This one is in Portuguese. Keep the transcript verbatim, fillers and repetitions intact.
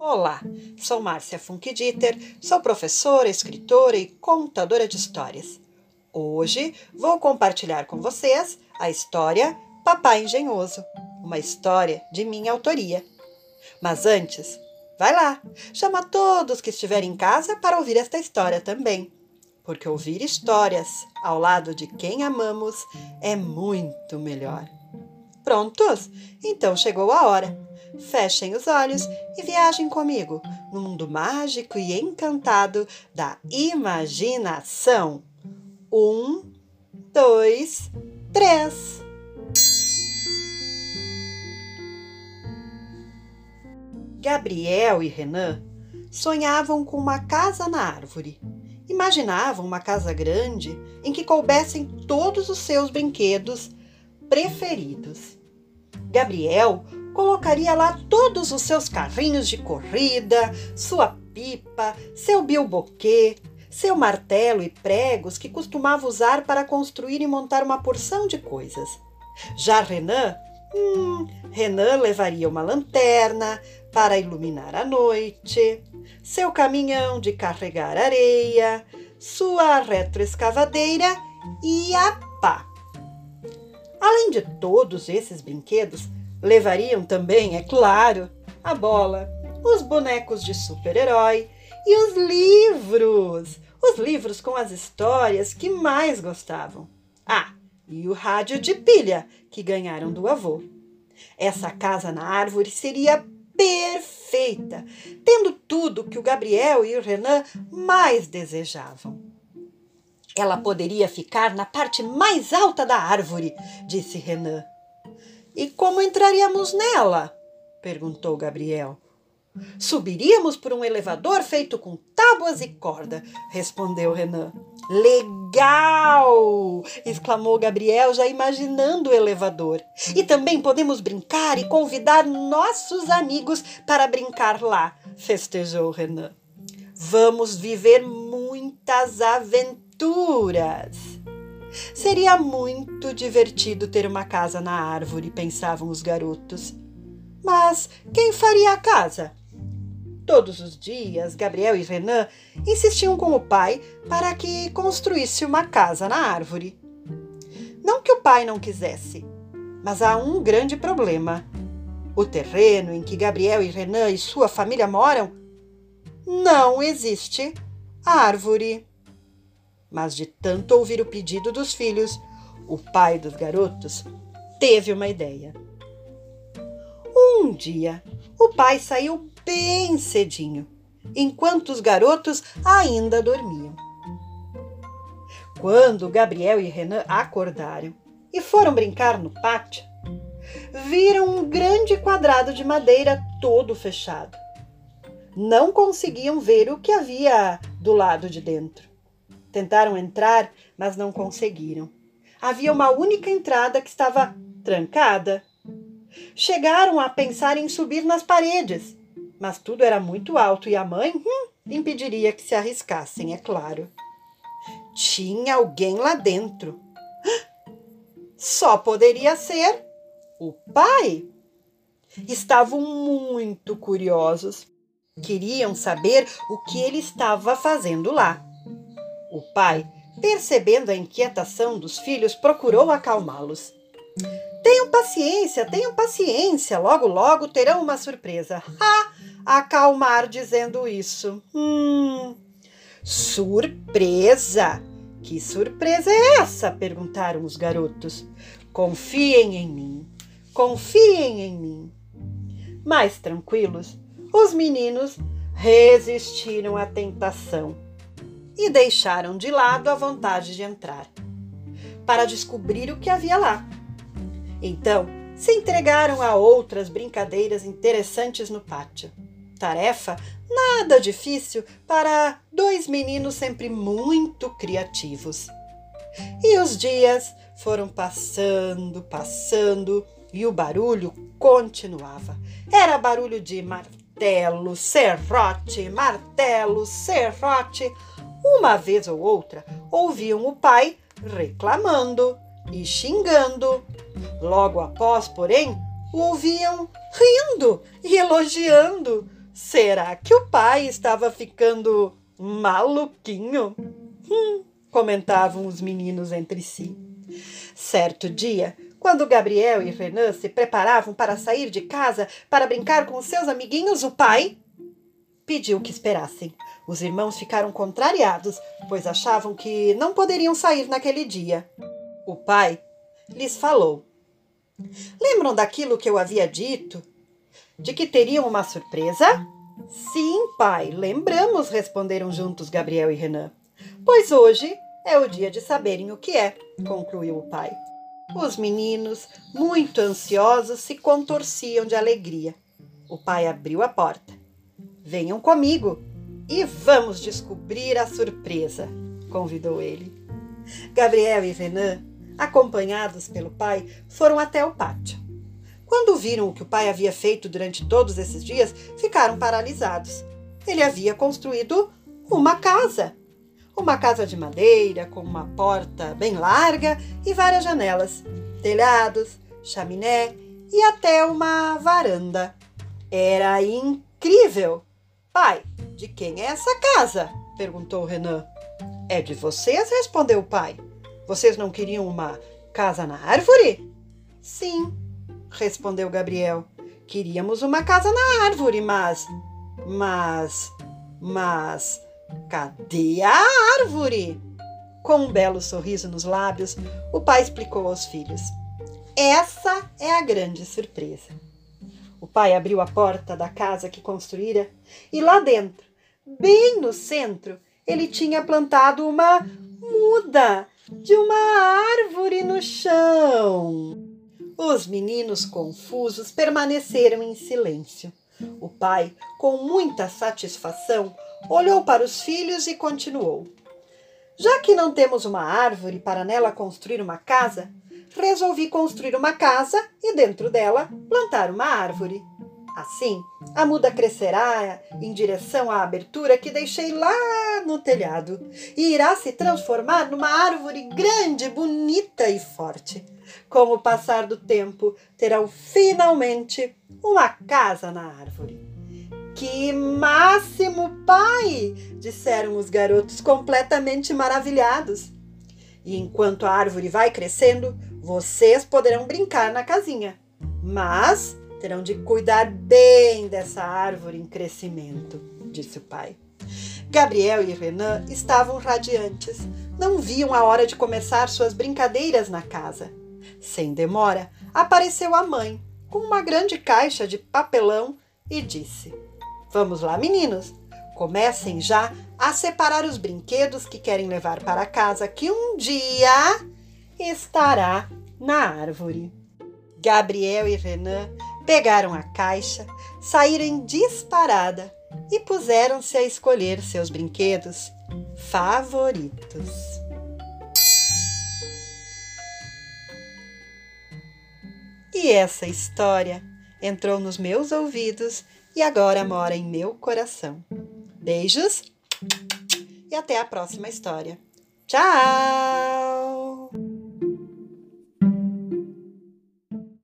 Olá, sou Márcia Funkdieter, sou professora, escritora e contadora de histórias. Hoje vou compartilhar com vocês a história Papai Engenhoso, uma história de minha autoria. Mas antes, vai lá, chama todos que estiverem em casa para ouvir esta história também, porque ouvir histórias ao lado de quem amamos é muito melhor. Prontos? Então chegou a hora. Fechem os olhos e viajem comigo no mundo mágico e encantado da imaginação. Um, dois, três. Gabriel e Renan sonhavam com uma casa na árvore. Imaginavam uma casa grande em que coubessem todos os seus brinquedos preferidos. Gabriel colocaria lá todos os seus carrinhos de corrida, sua pipa, seu bilboquê, seu martelo e pregos que costumava usar para construir e montar uma porção de coisas. Já Renan, hum, Renan levaria uma lanterna para iluminar a noite, seu caminhão de carregar areia, sua retroescavadeira e a pá. Além de todos esses brinquedos, levariam também, é claro, a bola, os bonecos de super-herói e os livros, os livros com as histórias que mais gostavam. Ah, e o rádio de pilha que ganharam do avô. Essa casa na árvore seria perfeita, tendo tudo que o Gabriel e o Renan mais desejavam. Ela poderia ficar na parte mais alta da árvore, disse Renan. E como entraríamos nela? Perguntou Gabriel. Subiríamos por um elevador feito com tábuas e corda, respondeu Renan. Legal! Exclamou Gabriel, já imaginando o elevador. E também podemos brincar e convidar nossos amigos para brincar lá, festejou Renan. Vamos viver muitas aventuras. Seria muito divertido ter uma casa na árvore, pensavam os garotos. Mas quem faria a casa? Todos os dias, Gabriel e Renan insistiam com o pai para que construísse uma casa na árvore. Não que o pai não quisesse, mas há um grande problema. O terreno em que Gabriel e Renan e sua família moram não existe árvore. Mas de tanto ouvir o pedido dos filhos, o pai dos garotos teve uma ideia. Um dia, o pai saiu bem cedinho, enquanto os garotos ainda dormiam. Quando Gabriel e Renan acordaram e foram brincar no pátio, viram um grande quadrado de madeira todo fechado. Não conseguiam ver o que havia do lado de dentro. Tentaram entrar, mas não conseguiram. Havia uma única entrada que estava trancada. Chegaram a pensar em subir nas paredes, mas tudo era muito alto e a mãe hum, impediria que se arriscassem, é claro. Tinha alguém lá dentro. Só poderia ser o pai. Estavam muito curiosos. Queriam saber o que ele estava fazendo lá. O pai, percebendo a inquietação dos filhos, procurou acalmá-los. Tenham paciência, tenham paciência, logo, logo terão uma surpresa. Ah, acalmar dizendo isso. Hum, surpresa! Que surpresa é essa? Perguntaram os garotos. Confiem em mim, confiem em mim. Mais tranquilos, os meninos resistiram à tentação e deixaram de lado a vontade de entrar, para descobrir o que havia lá. Então, se entregaram a outras brincadeiras interessantes no pátio. Tarefa nada difícil para dois meninos sempre muito criativos. E os dias foram passando, passando, e o barulho continuava. Era barulho de martelo, serrote, martelo, serrote. Uma vez ou outra, ouviam o pai reclamando e xingando. Logo após, porém, o ouviam rindo e elogiando. Será que o pai estava ficando maluquinho? Hum, comentavam os meninos entre si. Certo dia, quando Gabriel e Renan se preparavam para sair de casa para brincar com os seus amiguinhos, o pai pediu que esperassem. Os irmãos ficaram contrariados, pois achavam que não poderiam sair naquele dia. O pai lhes falou: lembram daquilo que eu havia dito? De que teriam uma surpresa? Sim, pai, lembramos, responderam juntos Gabriel e Renan. Pois hoje é o dia de saberem o que é, concluiu o pai. Os meninos, muito ansiosos, se contorciam de alegria. O pai abriu a porta. Venham comigo e vamos descobrir a surpresa, convidou ele. Gabriel e Renan, acompanhados pelo pai, foram até o pátio. Quando viram o que o pai havia feito durante todos esses dias, ficaram paralisados. Ele havia construído uma casa. Uma casa de madeira, com uma porta bem larga e várias janelas, telhados, chaminé e até uma varanda. Era incrível! Pai, de quem é essa casa? Perguntou Renan. É de vocês, respondeu o pai. Vocês não queriam uma casa na árvore? Sim, respondeu Gabriel. Queríamos uma casa na árvore, mas... Mas... Mas... Cadê a árvore? Com um belo sorriso nos lábios, o pai explicou aos filhos. Essa é a grande surpresa. O pai abriu a porta da casa que construíra e lá dentro, bem no centro, ele tinha plantado uma muda de uma árvore no chão. Os meninos confusos permaneceram em silêncio. O pai, com muita satisfação, olhou para os filhos e continuou. Já que não temos uma árvore para nela construir uma casa, resolvi construir uma casa e dentro dela plantar uma árvore. Assim, a muda crescerá em direção à abertura que deixei lá no telhado e irá se transformar numa árvore grande, bonita e forte. Com o passar do tempo, terão finalmente uma casa na árvore. Que máximo, pai! Disseram os garotos completamente maravilhados. E enquanto a árvore vai crescendo, vocês poderão brincar na casinha. Mas terão de cuidar bem dessa árvore em crescimento, disse o pai. Gabriel e Renan estavam radiantes. Não viam a hora de começar suas brincadeiras na casa. Sem demora, apareceu a mãe, com uma grande caixa de papelão e disse: vamos lá, meninos, comecem já a separar os brinquedos que querem levar para casa, que um dia estará na árvore. Gabriel e Renan pegaram a caixa, saíram em disparada e puseram-se a escolher seus brinquedos favoritos. E essa história entrou nos meus ouvidos e agora mora em meu coração. Beijos e até a próxima história. Tchau!